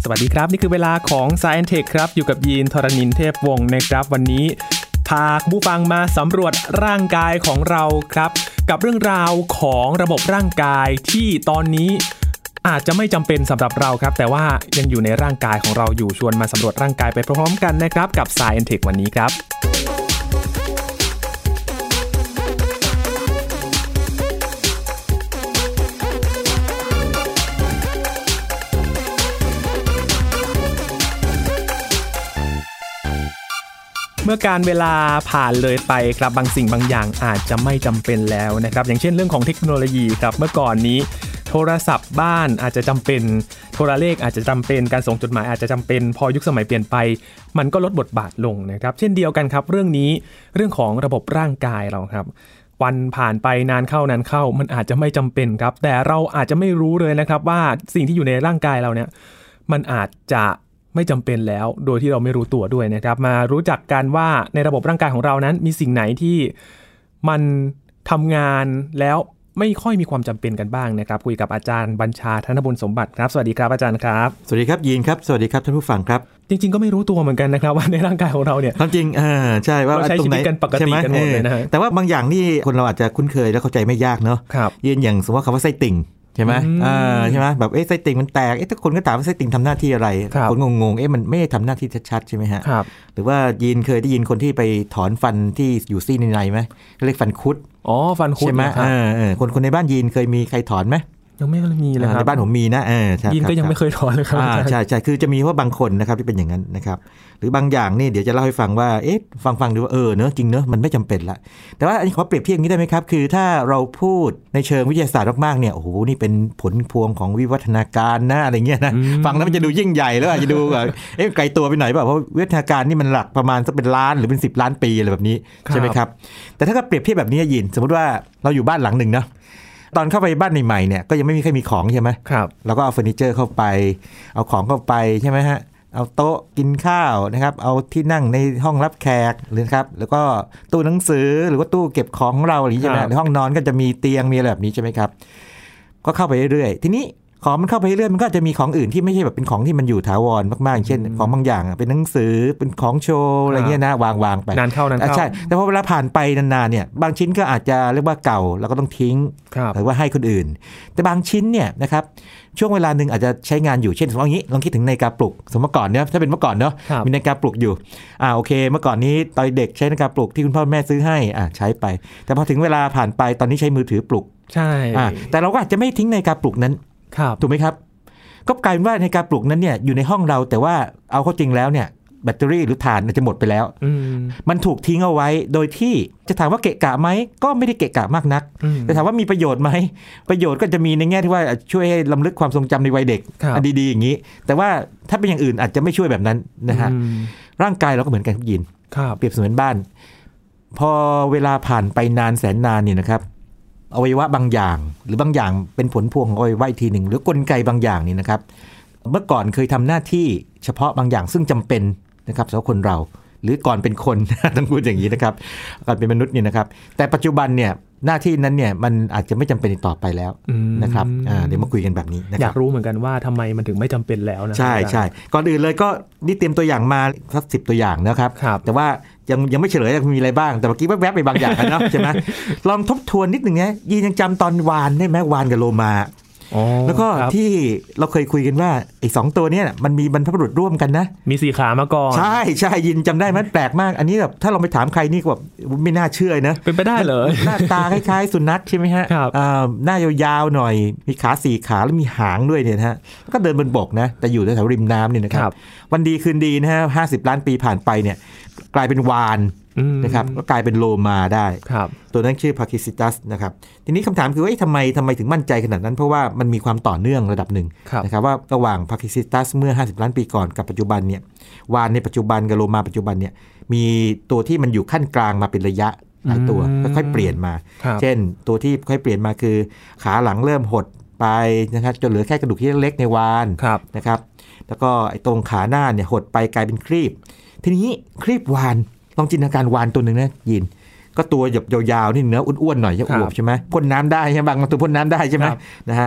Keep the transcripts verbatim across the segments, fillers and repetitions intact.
สวัสดีครับนี่คือเวลาของ Science Tech ครับอยู่กับยีนธรณินทร์เทพวงศ์นะครับวันนี้พาผู้ฟังมาสำรวจร่างกายของเราครับกับเรื่องราวของระบบร่างกายที่ตอนนี้อาจจะไม่จำเป็นสำหรับเราครับแต่ว่ายังอยู่ในร่างกายของเราอยู่ชวนมาสำรวจร่างกายไปพร้อมๆกันนะครับกับ Science Tech วันนี้ครับเมื่อการเวลาผ่านเลยไปครับบางสิ่งบางอย่างอาจจะไม่จำเป็นแล้วนะครับอย่างเช่นเรื่องของเทคโนโลยีครับเมื่อก่อนนี้โทรศัพท์บ้านอาจจะจำเป็นโทรเลขอาจจะจำเป็นการส่งจดหมายอาจจะจำเป็นพอยุคสมัยเปลี่ยนไปมันก็ลดบทบาทลงนะครับเช่นเดียวกันครับเรื่องนี้เรื่องของระบบร่างกายเราครับวันผ่านไปนานเข้านานเข้ามันอาจจะไม่จำเป็นครับแต่เราอาจจะไม่รู้เลยนะครับว่าสิ่งที่อยู่ในร่างกายเราเนี่ยมันอาจจะไม่จำเป็นแล้วโดยที่เราไม่รู้ตัวด้วยนะครับมารู้จักกันว่าในระบบร่างกายของเรานั้นมีสิ่งไหนที่มันทำงานแล้วไม่ค่อยมีความจำเป็นกันบ้างนะครับคุยกับอาจารย์บัญชาธนบุญสมบัติครับสวัสดีครับอาจารย์ครับสวัสดีครับยีนครับสวัสดีครับท่านผู้ฟังครับจริงๆก็ไม่รู้ตัวเหมือนกันนะครับว่าในร่างกายของเราเนี่ยจริงอ่าใช่ว่าเราใช้ชีวิตกันปกติกันหมดเลยนะฮะแต่ว่าบางอย่างนี่คนเราอาจจะคุ้นเคยและเข้าใจไม่ยากเนาะยีนอย่างสมมติว่าคำว่าไส้ติ่งใช่ไหมอ่าใช่ไหมแบบเอ๊ะไส้ติ่งมันแตกเอ๊ะทุกคนก็ถามว่าไส้ติ่งทำหน้าที่อะไรคนงงๆเอ๊ะมันไม่ได้ทำหน้าที่ชัดๆใช่ไหมฮะหรือว่ายีนเคยได้ยินคนที่ไปถอนฟันที่อยู่ซี่ในในไหมเรียกฟันคุดอ๋อฟันคุดใช่ไหมอ่าคนคนในบ้านยีนเคยมีใครถอนไหมยังไม่มีเลยครับในบ้านผมมีนะเออใช่ยีนก็ยังไม่เคยถอนเลยครับใช่ใช่คือจะมีว่าบางคนนะครับที่เป็นอย่างนั้นนะครับหรือบางอย่างนี่เดี๋ยวจะเล่าให้ฟังว่าเอ๊ะฟังฟังดูว่าเออเนอะจริงเนอะมันไม่จำเป็นละแต่ว่าอันนี้ขอเปรียบเทียบอย่างนี้ได้ไหมครับคือถ้าเราพูดในเชิงวิทยาศาสตร์มากๆเนี่ยโอ้โหนี่เป็นผลพวงของวิวัฒนาการนะอะไรเงี้ยนะฟังแล้วมันจะดูยิ่งใหญ่แล้วอาจจะดูแบบเอ๊ะไกลตัวไปหน่อยเปล่าเพราะวิวัฒนาการนี่มันหลักประมาณสักเป็นล้านหรือเป็นสิบล้านปีอะไรแบบนี้ใช่ไหมครับแต่ถ้าเปรียบเทียบแบบนี้ยินสมมติว่าเราอยู่บ้านหลังหนึ่งนะตอนเข้าไปบ้านใหม่ๆเนี่ยก็ยังไม่มีใครมีของใช่ไหมครับเราก็เอาเฟอร์นิเจอร์เข้าไปเอาของเข้าไปใช่ไหมฮะเอาโต๊ะกินข้าวนะครับเอาที่นั่งในห้องรับแขกหรือครับแล้วก็ตู้หนังสือหรือว่าตู้เก็บของของเราอะไรอย่างนี้ใช่ไหมในห้องนอนก็จะมีเตียงมีอะไรแบบนี้ใช่ไหมครับก็เข้าไปเรื่อยๆทีนี้ของมันเข้าไปเรื่อยมันก็จะมีของอื่นที่ไม่ใช่แบบเป็นของที่มันอยู่ถาวรมากๆเช่นของบางอย่างเป็นหนังสือเป็นของโชว์อะไรเงี้ยนะวางๆไปนานเข้านานเข้าใช่แต่พอเวลาผ่านไปนานๆเนี่ยบางชิ้นก็อาจจะเรียกว่าเก่าเราก็ต้องทิ้งหรือว่าให้คนอื่นแต่บางชิ้นเนี่ยนะครับช่วงเวลานึงอาจจะใช้งานอยู่เช่นสมมติอย่างนี้ลองคิดถึงนาฬิกาปลุกสมมติก่อนเนี่ยถ้าเป็นเมื่อก่อนเนาะมีนาฬิกาปลุกอยู่อ่าโอเคเมื่อก่อนนี้ตอนเด็กใช้นาฬิกาปลุกที่คุณพ่อแม่ซื้อให้อ่าใช้ไปแต่พอถึงเวลาผ่านไปตอนนี้ใช้มือถือปลุกใช่อ่าแต่เราก็อาจจะไม่ทิ้งนาฬิกาปลุกนั้นถูกไหมครับก็กลายเป็นว่าในการปลุกนั้นเนี่ยอยู่ในห้องเราแต่ว่าเอาเข้าจริงแล้วเนี่ยแบตเตอรี่หรือถ่านจะหมดไปแล้วมมันถูกทิ้งเอาไว้โดยที่จะถามว่าเกะกะไหมก็ไม่ได้เกะกะมากนักแต่ถามว่ามีประโยชน์ไหมประโยชน์ก็จะมีในแง่ที่ว่าช่วยให้ล้ำลึกความทรงจำในวัยเด็กดีๆอย่างนี้แต่ว่าถ้าเป็นอย่างอื่นอาจจะไม่ช่วยแบบนั้นนะฮะร่างกายเราก็เหมือนกันครับยินเปรียบเสมือนบ้านพอเวลาผ่านไปนานแสนนานเนี่ยนะครับอวัยวะบางอย่างหรือบางอย่างเป็นผลพวงของอวัยวะอีกทีหนึ่งหรือกลไกบางอย่างนี่นะครับเมื่อก่อนเคยทำหน้าที่เฉพาะบางอย่างซึ่งจำเป็นนะครับสำหรับคนเราหรือก่อนเป็นคน ต้องพูดอย่างนี้นะครับก่อนเป็นมนุษย์นี่นะครับแต่ปัจจุบันเนี่ยหน้าที่นั้นเนี่ยมันอาจจะไม่จำเป็นต่อไปแล้วนะครับเดี๋ยวมาคุยกันแบบนี้นะครับอยากรู้เหมือนกันว่าทำไมมันถึงไม่จำเป็นแล้วนะใช่ใช่ก่อนอื่นเลยก็นี่เตรียมตัวอย่างมาสักสิบตัวอย่างนะครับแต่ว่ายังยังไม่เฉลยมีอะไรบ้างแต่เมื่อกี้แวบๆไปบางอย่างกันเนาะใช่ไหมลองทบทวนนิดหนึ่งนะยีนยังจำตอนวานได้ไหมวานกับโลมาแล้วก็ที่เราเคยคุยกันว่าไอ้สองตัวนี้มันมีบรรพบุรุษร่วมกันนะมีสี่ขามาก่อนใช่ใช่ยินจำได้ไหมแปลกมากอันนี้แบบถ้าเราไปถามใครนี่ก็แบบไม่น่าเชื่อนะเป็นไปได้เลยหน้าตาคล้ายๆสุนัขใช่ไหมฮะหน้ายาวๆหน่อยมีขาสี่ขาแล้วมีหางด้วยเนี่ยฮะก็เดินบนบกนะแต่อยู่แถวริมน้ำเนี่ยนะครับวันดีคืนดีนะฮะห้าสิบล้านปีผ่านไปเนี่ยกลายเป็นวาฬนะครับก็กลายเป็นโลมาได้ตัวนั้นชื่อพาคิซิตัสนะครับทีนี้คำถามคือว่าทำไมทำไมถึงมั่นใจขนาดนั้นเพราะว่ามันมีความต่อเนื่องระดับหนึ่งนะครับว่าระหว่างพาคิซิตัสเมื่อห้าสิบล้านปีก่อนกับปัจจุบันเนี่ยวาฬในปัจจุบันกับโลมาปัจจุบันเนี่ยมีตัวที่มันอยู่ขั้นกลางมาเป็นระยะหลายตัวค่อยๆเปลี่ยนมาเช่นตัวที่ค่อยเปลี่ยนมาคือขาหลังเริ่มหดไปนะครับจนเหลือแค่กระดูกที่เล็กในวาฬนะครับแล้วก็ไอ้ตรงขาหน้าเนี่ยหดไปกลายเป็นครีบทีนี้ครีบวาฬลองจินตนาการวาฬตัวหนึ่งนะยินก็ตัวหยบยาวๆนี่เนื้ออ้วนๆหน่อยจะอวบใช่ไหมพ่นน้ำได้ใช่ไหมบางตัวพ่นน้ำได้ใช่ไหมนะฮะ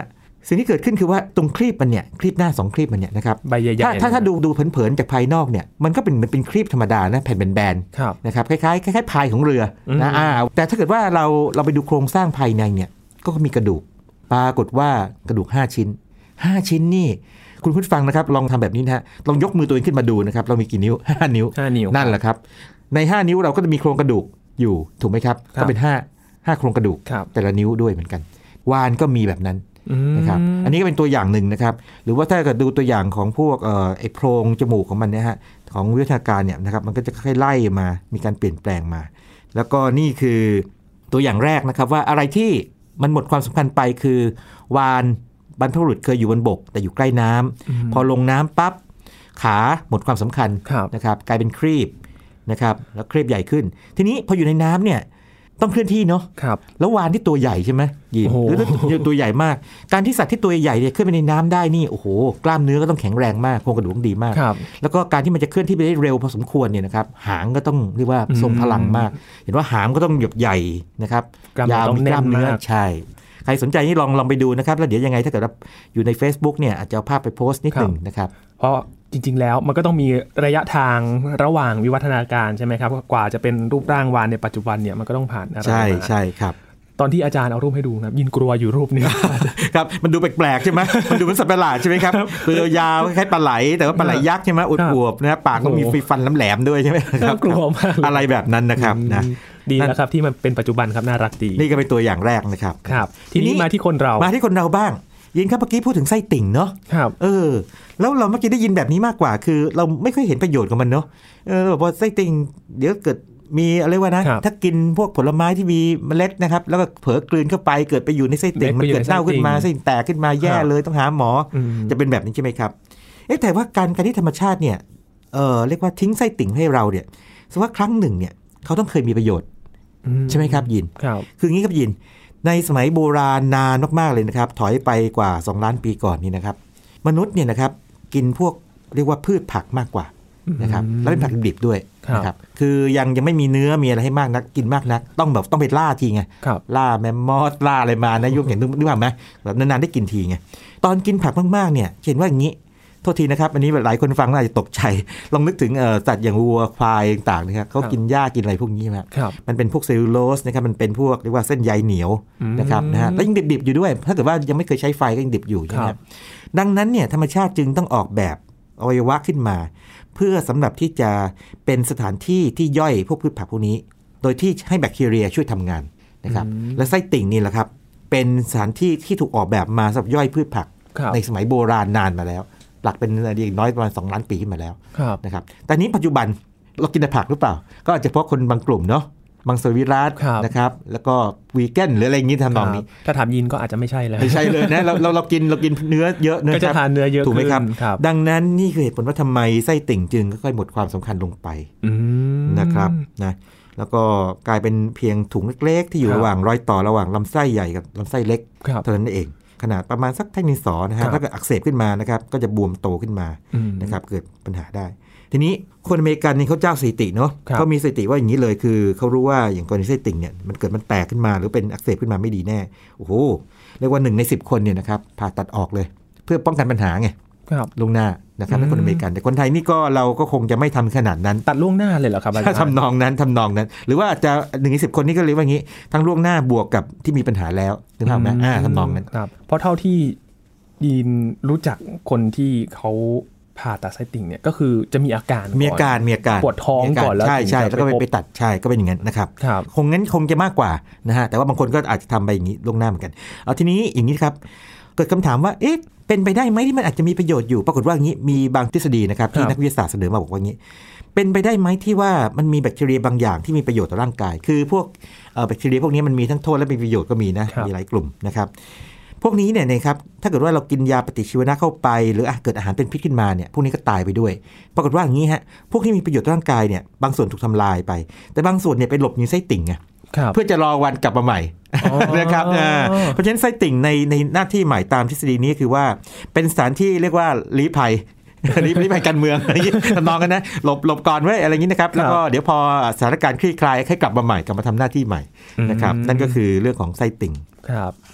สิ่งที่เกิดขึ้นคือว่าตรงครีบมันเนี่ยครีบหน้าสองครีบมันเนี่ยนะครับใบใหญ่ๆถ้าถ้าถ้าดูดูเผินๆจากภายนอกเนี่ยมันก็เป็นมันเป็นครีบธรรมดานะแผ่นแบนๆนะครับคล้ายๆคล้ายๆพายของเรือนะอ่าแต่ถ้าเกิดว่าเราเราไปดูโครงสร้างภายในเนี่ยก็มีกระดูกปรากฏว่ากระดูกห้าชิ้นห้าชิ้นนี่คุณผู้ฟังนะครับลองทำแบบนี้นะฮะลองยกมือตัวเองขึ้นมาดูนะครับเรามีกี่นิ้วห้านิ้วนั่นแหละครับในห้านิ้วเราก็จะมีโครงกระดูกอยู่ถูกไหมครับก็เป็นห้า ห้าโครงกระดูกแต่ละนิ้วด้วยเหมือนกันวาฬก็มีแบบนั้นนะครับอันนี้ก็เป็นตัวอย่างหนึ่งนะครับหรือว่าถ้าเกิดดูตัวอย่างของพวกเอ่อไอ้โพรงจมูกของมันเนี่ยฮะของวิทยาการเนี่ยนะครับมันก็จะค่อยๆไล่มามีการเปลี่ยนแปลงมาแล้วก็นี่คือตัวอย่างแรกนะครับว่าอะไรที่มันหมดความสำคัญไปคือวาฬบรรพบุรุษเคยอยู่บนบกแต่อยู่ใกล้น้ำพอลงน้ำปั๊บขาหมดความสำคัญนะครับกลายเป็นครีบนะครับแล้วครีบใหญ่ขึ้นทีนี้พออยู่ในน้ำเนี่ยต้องเคลื่อนที่เนาะแล้ววาฬที่ตัวใหญ่ใช่ไหมยินหรือตัวใหญ่มากการที่สัตว์ที่ตัวใหญ่เนี่ยขึ้นไปในน้ำได้นี่โอ้โหกล้ามเนื้อก็ต้องแข็งแรงมากโครงกระดูกดีมากแล้วก็การที่มันจะเคลื่อนที่ไปได้เร็วพอสมควรเนี่ยนะครับหางก็ต้องเรียกว่าทรงพลังมากเห็นว่าหางก็ต้องใหญ่นะครับยาวมีกล้ามเนื้อใช่ใครสนใจนี่ลองลองไปดูนะครับแล้วเดี๋ยวยังไงถ้าเกิดอยู่ใน Facebook เนี่ยอาจจะเอาภาพไปโพสต์นิดหนึ่งนะครับเพราะจริงๆแล้วมันก็ต้องมีระยะทางระหว่างวิวัฒนาการใช่ไหมครับกว่าจะเป็นรูปร่างวาฬในปัจจุบันเนี่ยมันก็ต้องผ่านอะไรมาใช่ใช่ครับตอนที่อาจารย์เอารูปให้ดูครับยินกลัวอยู่รูปนึงครับมันดูแปลกๆใช่ไหมมันดูเหมือนสัตว์ประหลาดใช่ไหมครับตัวยาวคล้ายปลาไหลแต่ว่าปลาไหลยักษ์ใช่ไหมอวบๆนะปากก็มีฟันแหลมๆด้วยใช่ไหมครับกลัวมากอะไรแบบนั้นนะครับนะดีแล้วครับที่มันเป็นปัจจุบันครับน่ารักดีนี่ก็เป็นตัวอย่างแรกนะครับครับทีนี้มาที่คนเรามาที่คนเราบ้างยินครับเมื่อกี้พูดถึงไส้ติ่งเนาะครับเออแล้วเราเมื่อกี้ได้ยินแบบนี้มากกว่าคือเราไม่ค่อยเห็นประโยชน์ของมันเนาะเออพอไส้ติ่งเดี๋ยวเกิดมีอะไรวะนะถ้ากินพวกผลไม้ที่มีเมล็ดนะครับแล้วก็เผลอกลืนเข้าไปเกิดไปอยู่ในไส้ติ่งมันเกิดเน่าขึ้นมาไส้แตกขึ้นมาแย่เลยต้องหาหมอจะเป็นแบบนี้ใช่ไหมครับเอ๊ะแต่ว่าการการที่ธรรมชาติเนี่ยเออเรียกว่าทิ้งไส้ติ่งให้เราเนี่ยแสดงว่าครั้งหนึ่งเนี่ยเขาต้องเคยมีประโยชน์ใช่ไหมครับยินคืออย่างนี้ครับยินในสมัยโบราณนานมากๆเลยนะครับถอยไปกว่าสองล้านปีก่อนนี่นะครับมนุษย์เนี่ยนะครับกินพวกเรียกว่าพืชผักมากกว่านะครับแล้วเป็นผักดิบด้วยนะครับคือยังยังไม่มีเนื้อมีอะไรให้มากนักกินมากนักต้องแบบต้องไปล่าทีไงล่าแมมมอสล่าอะไรมานะยุคเห็นนึกว่าไหมแบบนานๆได้กินทีไงตอนกินผักมากๆเนี่ยเห็นว่าอย่างนี้โทษทีนะครับอันนี้หลายคนฟังอาจจะตกใจลองนึกถึงสัตว์อย่างวัวควายต่างๆนะครับเขากินหญ้ากินอะไรพวกนี้ใช่ไหมมันเป็นพวกเซลลูโลสนะครับมันเป็นพวกเรียกว่าเส้นใยเหนียวนะครับนะฮะแล้วยังดิบๆอยู่ด้วยถ้าเกิดว่ายังไม่เคยใช้ไฟก็ยังดิบอยู่ใช่ไหมดังนั้นเนี่ยธรรมชาติจึงต้องออกแบบอวัยวะขึ้นมาเพื่อสำหรับที่จะเป็นสถานที่ที่ย่อยพวกพืชผักพวกนี้โดยที่ให้แบคทีเรียช่วยทำงานนะครับและไส้ติ่งนี่แหละครับเป็นสถานที่ที่ถูกออกแบบมาสำหรับย่อยพืชผักในสมัยโบราณนานมาแล้วหลักเป็นอะไรน้อยประมาณสองล้านปีขึ้นมาแล้วนะครับแต่นี้ปัจจุบันเรากินแต่ผักหรือเปล่าก็อาจจะเพราะคนบางกลุ่มเนาะบางสวิรัตนะครับแล้วก็วีแกนหรืออะไรอย่างนี้ทำนองนี้ถ้าถามยินก็อาจจะไม่ใช่เลยไม่ใช่เลยนะเราเราเรากินเรากินเนื้อเยอะก็จะทานเนื้อเยอะถูกไหมครับดังนั้นนี่คือเหตุผลว่าทำไมไส้ติ่งจึงค่อยๆหมดความสำคัญลงไปนะครับนะแล้วก็กลายเป็นเพียงถุงเล็กๆที่อยู่ระหว่างรอยต่อระหว่างลำไส้ใหญ่กับลำไส้เล็กเท่านั้นเองขนาดประมาณสักแท่งดินสอนะฮะถ้าเกิดอักเสบขึ้นมานะครับก็จะบวมโตขึ้นมานะครับเกิดปัญหาได้ทีนี้คนอเมริกันนี่เขาเจ้าสถิติเนาะเขามีสถิติว่าอย่างนี้เลยคือเขารู้ว่าอย่างกรณีไส้ติ่งเนี่ยมันเกิดมันแตกขึ้นมาหรือเป็นอักเสบขึ้นมาไม่ดีแน่โอ้โหเรียกว่าหนึ่งในสิบคนเนี่ยนะครับผ่าตัดออกเลยเพื่อป้องกันปัญหาไงล่วงหน้านะครับในคนอเมริกันแต่คนไทยนี่ก็เราก็คงจะไม่ทำขนาดนั้นตัดล่วงหน้าเลยเหรอครับถ้าทำนองนั้นทำนองนั้นหรือว่าจะหนึ่งในสิบคนนี่ก็เรียกว่าอย่างนี้ทั้งล่วงหน้าบวกกับที่มีปัญหาแล้วนึกภาพไหมอ่าทำนองนั้นเพราะเท่าที่ยินรู้จักคนที่เขาผ่าตัดไส้ติ่งเนี่ยก็คือจะมีอาการมีอาการมีอาการปวดท้องก่อนแล้วใช่ใช่แล้วก็ไปไปตัดใช่ก็เป็นอย่างนั้นนะครับคงงั้นคงจะมากกว่านะฮะแต่ว่าบางคนก็อาจจะทำไปอย่างนี้ล่วงหน้าเหมือนกันเอาทีนี้อย่างนี้ครับเกิดคำถามว่าเอ๊ะเป็นไปได้ไหมที่มันอาจจะมีประโยชน์อยู่ปรากฏว่าอย่างนี้มีบางทฤษฎีนะครับที่นักวิทยาศาสตร์เสนอมาบอกว่าอย่างนี้เป็นไปได้ไหมที่ว่ามันมีแบคทีเรียบางอย่างที่มีประโยชน์ต่อร่างกายคือพวกแบคทีเรียพวกนี้มันมีทั้งโทษและมีประโยชน์ก็มีนะมีหลายกลุ่มนะครับพวกนี้เนี่ยนะครับถ้าเกิดว่าเรากินยาปฏิชีวนะเข้าไปหรือเกิดอาหารเป็นพิษขึ้นมาเนี่ยพวกนี้ก็ตายไปด้วยปรากฏว่าอย่างนี้ฮะพวกที่มีประโยชน์ต่อร่างกายเนี่ยบางส่วนถูกทำลายไปแต่บางส่วนเนี่ยไปหลบอยู่ไส้ติ่งไงเพื่อจะรอวันกลับมาใหม่นะครับเพราะฉะนั้นไส้ติ่งในในหน้าที่ใหม่ตามทฤษฎีนี้คือว่าเป็นสถานที่เรียกว่าลี้ภัยลี้ลี้ภัยการเมืองอะไรอย่างนี้ทำนองกันนะหลบหลบก่อนไว้อะไรอย่างนี้นะครับแล้วก็เดี๋ยวพอสถานการณ์คลี่คลายให้กลับมาใหม่กลับมาทำหน้าที่ใหม่นะครับนั่นก็คือเรื่องของไส้ติ่งครับ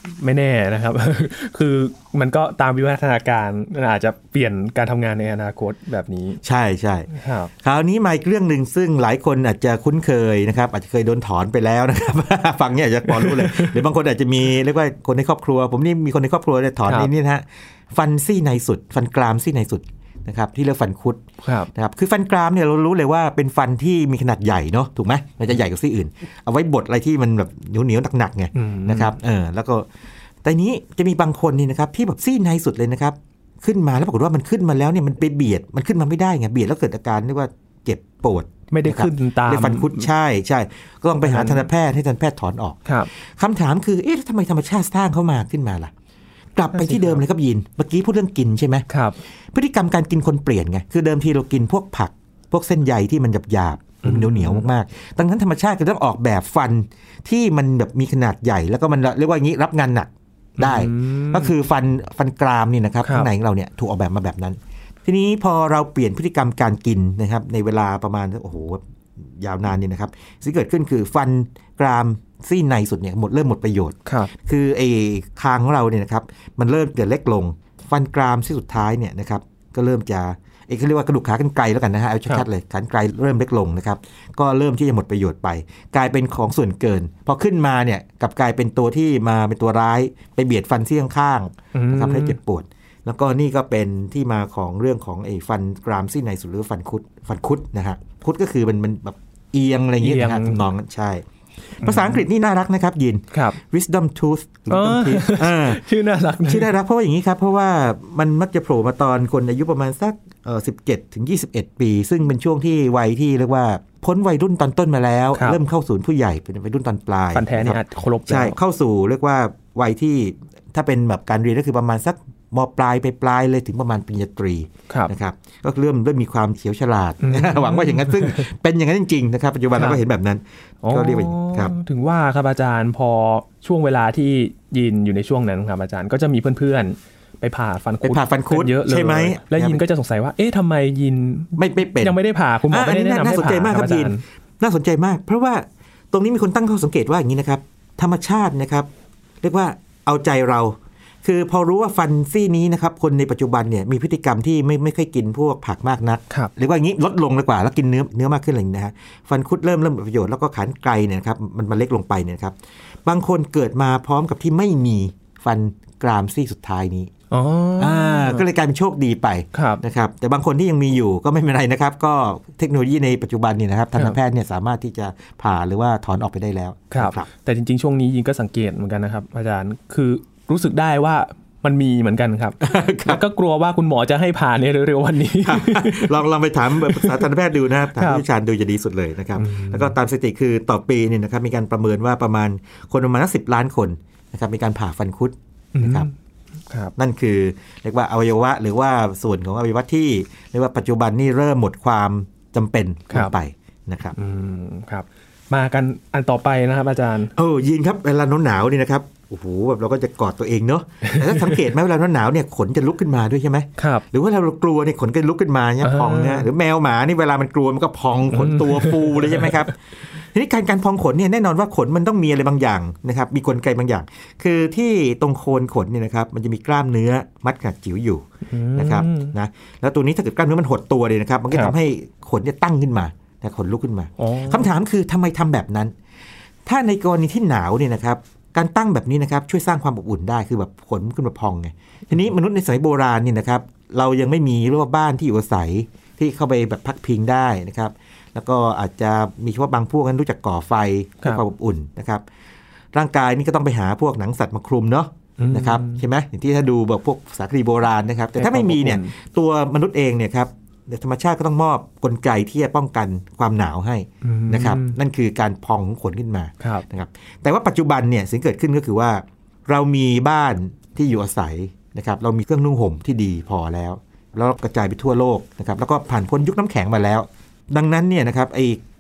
ไม่แน่นะครับ คือมันก็ตามวิวัฒนาการอาจจะเปลี่ยนการทำงานในอนาคตแบบนี้ใช่ใช่ครับคราวนี้มาอีกเรื่องหนึ่งซึ่งหลายคนอาจจะคุ้นเคยนะครับอาจจะเคยโดนถอนไปแล้วนะครับ ฟังเนี่ยอาจจะพอรู้เลย หรือบางคนอาจจะมีเรียกว่าคนในครอบครัวผมนี่มีคนในครอบครัวเนี่ยถอนนี่นี่นะฮะฟันซี่ในสุดฟันกรามซี่ในสุดนะครับที่เรียกฟันคุดนะครับคือฟันกรามเนี่ยเรารู้เลยว่าเป็นฟันที่มีขนาดใหญ่เนาะถูกไหมมันจะใหญ่กว่าซี่อื่นเอาไว้บดอะไรที่มันแบบเหนียวเหนียวหนักๆไงนะครับเออแล้วก็แต่นี้จะมีบางคนนี่นะครับที่แบบซี่ในสุดเลยนะครับขึ้นมาแล้วปรากฏว่ามันขึ้นมาแล้วเนี่ยมันไปเบียดมันขึ้นมาไม่ได้ไงเบียดแล้วเกิดอาการเรียกว่าเจ็บปวดไม่ได้ขึ้นตามฟันคุดใช่ใช่ก็ต้องไปหาทันตแพทย์ให้ทันตแพทย์ถอนออกคำถามคือเอ๊ะทำไมธรรมชาติสร้างเข้ามาขึ้นมาล่ะกลับไปที่เดิมเลยครับยินเมื่อกี้พูดเรื่องกินใช่ไหมครับพฤติกรรมการกินคนเปลี่ยนไงคือเดิมทีเรากินพวกผักพวกเส้นใยที่มันหยาบๆเหนียวเหนียวมากๆดังนั้นธรรมชาติก็ต้องออกแบบฟันที่มันแบบมีขนาดใหญ่แล้วก็มันเรียกว่าอย่างนี้รับงานหนักได้ก็คือฟันฟันกรามนี่นะครับข้างในของเราเนี่ยถูกออกแบบมาแบบนั้นทีนี้พอเราเปลี่ยนพฤติกรรมการกินนะครับในเวลาประมาณโอ้โหยาวนานนี่นะครับสิ่งที่เกิดขึ้นคือฟันกรามซี่ในสุดเนี่ยหมดเริ่มหมดประโยชน์คือไอ้คางของเราเนี่ยนะครับมันเริ่มจะเล็กลงฟันกรามซี่สุดท้ายเนี่ยนะครับก็เริ่มจะไอ้เขาเรียกว่ากระดูกขากรรไกรแล้วกันนะฮะเอาชัดๆเลยขากรรไกรเริ่มเล็กลงนะครับก็เริ่มที่จะหมดประโยชน์ไปกลายเป็นของส่วนเกินพอขึ้นมาเนี่ยกลับกลายเป็นตัวที่มาเป็นตัวร้ายไปเบียดฟันซี่ข้างๆนะครับให้เจ็บปวดแล้วก็นี่ก็เป็นที่มาของเรื่องของไอ้ฟันกรามซี่ในสุดหรือฟันคุดฟันคุดนะฮะคุดก็คือมันมันแบบเอียงอะไรอย่างเงี้ยนะฮะน้องใช่ภาษาอังกฤษนี่น่ารักนะครับยิน wisdom tooth ชื่อน่ารักชื่อน่ารักเพราะว่าอย่างนี้ครับเพราะว่ามันมักจะโผล่มาตอนคนอายุประมาณสักเอ่อสิบเจ็ดถึงยี่สิบเอ็ดปีซึ่งเป็นช่วงที่วัยที่เรียกว่าพ้นวัยรุ่นตอนต้นมาแล้วเริ่มเข้าสู่ผู้ใหญ่เป็นวัยรุ่นตอนปลายฟันแท้นี่อาจครบใช่เข้าสู่เรียกว่าวัยที่ถ้าเป็นแบบการเรียนก็คือประมาณสักม.ปลายไปปลายเลยถึงประมาณปริญญาตรีนะครับก็เริ่มเริ่มมีความเฉียวฉลาด หวังว่าอย่างนั้นซึ่งเป็นอย่างนั้นจริงๆนะครับปัจจุบันเราก็เห็นแบบนั้นก็เรียกว่าครับถึงว่าครับอาจารย์พอช่วงเวลาที่ยินอยู่ในช่วงนั้นครับอาจารย์ก็จะมีเพื่อนๆไปผ่าฟันคุดไปผ่าฟันคุดเยอะเลยใช่ไหมแล้วยินก็จะสงสัยว่าเอ๊ะทำไมยินไม่ไม่เป็นยังไม่ได้ผ่าคุณหมอไม่ได้แนะนำให้ผ่าน่าสนใจมากครับยินน่าสนใจมากเพราะว่าตรงนี้มีคนตั้งข้อสังเกตว่าอย่างนี้นะครับธรรมชาตินะครับเรียกว่าเอาใจเราคือพอรู้ว่าฟันซี่นี้นะครับคนในปัจจุบันเนี่ยมีพฤติกรรมที่ไม่ไม่ค่อยกินพวกผักมากนักเรียกว่าอย่างนี้ลดลงเลยกว่าแล้วกินเนื้อเนื้อมากขึ้นอะไรอย่างนี้นะฮะฟันคุดเริ่มเริ่มประโยชน์แล้วก็ขานไกลเนี่ยครับมันมันเล็กลงไปเนี่ยครับบางคนเกิดมาพร้อมกับที่ไม่มีฟันกรามซี่สุดท้ายนี้อ๋ออ่าก็เลยกลายเป็นโชคดีไปนะครับแต่บางคนที่ยังมีอยู่ก็ไม่เป็นไรนะครับก็เทคโนโลยีในปัจจุบันเนี่ยนะครับทันตแพทย์เนี่ยสามารถที่จะผ่าหรือว่าถอนออกไปได้แล้วครับแต่จริงๆช่วงนี้ยิงก็สังเกตเหมือนกันนะครับอาจารย์คือรู้สึกได้ว่ามันมีเหมือนกันครับแล้วก็กลัวว่าคุณหมอจะให้ผ่าในเร็วๆวันนี้ลองลองไปถามปรึกษาทันตแพทย์ดูนะครับถามผู้เชี่ยวชาญดูจะดีสุดเลยนะครับแล้วก็ตามสถิติคือต่อปีเนี่ยนะครับมีการประเมินว่าประมาณคนประมาณสิบล้านคนนะครับมีการผ่าฟันคุดนะครับนั่นคือเรียกว่าอวัยวะหรือว่าส่วนของอวัยวะที่เรียกว่าปัจจุบันนี่เริ่มหมดความจำเป็นลงไปนะครับครับมากันอันต่อไปนะครับอาจารย์โอ้ยินครับเวลาหนาวๆนี่นะครับโอ้โหแบบเราก็จะกอดตัวเองเนาะแต่ถ้าสังเกตไหมเวลาหนาวเนี่ยขนจะลุกขึ้นมาด้วยใช่ไหมครับหรือว่าเรากลัวเนี่ยขนก็ลุกขึ้นมาเนี่ยพองเนี่ยหรือแมวหมานี่เวลามันกลัวมันก็พองขนตัวฟูเลยใช่ไหมครับทีนี้การการพองขนเนี่ยแน่นอนว่าขนมันต้องมีอะไรบางอย่างนะครับมีกลไกบางอย่างคือที่ตรงโคนขนเนี่ยนะครับมันจะมีกล้ามเนื้อมัดขนาดจิ๋วอยู่นะครับนะแล้วตัวนี้ถ้าเกิดกล้ามเนื้อมันหดตัวเลยนะครับมันก็ทำให้ขนเนี่ยตั้งขึ้นมาแต่ขนลุกขึ้นมาคำถามคือทำไมทำแบบนั้นถ้าในกรณีที่หนาวเนี่ยนะครับการตั้งแบบนี้นะครับช่วยสร้างความอบอุ่นได้คือแบบขนขึ้นมาพองไงทีนี้มนุษย์ในสมัยโบราณเนี่ยนะครับเรายังไม่มีเรียกว่าบ้านที่อยู่อาศัยที่เข้าไปแบบพักพิงได้นะครับแล้วก็อาจจะมีเฉพาะบางพวกนั้นรู้จักก่อไฟเพื่อความอบอุ่นนะครับร่างกายนี่ก็ต้องไปหาพวกหนังสัตว์มาคลุมเนาะนะครับใช่ไหมอย่างที่ถ้าดูแบบพวกสารคดีโบราณนะครับแต่ถ้าไม่มีเนี่ยตัวมนุษย์เองเนี่ยครับธรรมชาติก็ต้องมอบกลไกที่จะป้องกันความหนาวให้นะครับนั่นคือการพองของขนขึ้นมานะครับแต่ว่าปัจจุบันเนี่ยสิ่งเกิดขึ้นก็คือว่าเรามีบ้านที่อยู่อาศัยนะครับเรามีเครื่องนุ่งห่มที่ดีพอแล้วแล้วกระจายไปทั่วโลกนะครับแล้วก็ผ่านพ้นยุคน้ำแข็งมาแล้วดังนั้นเนี่ยนะครับไอ้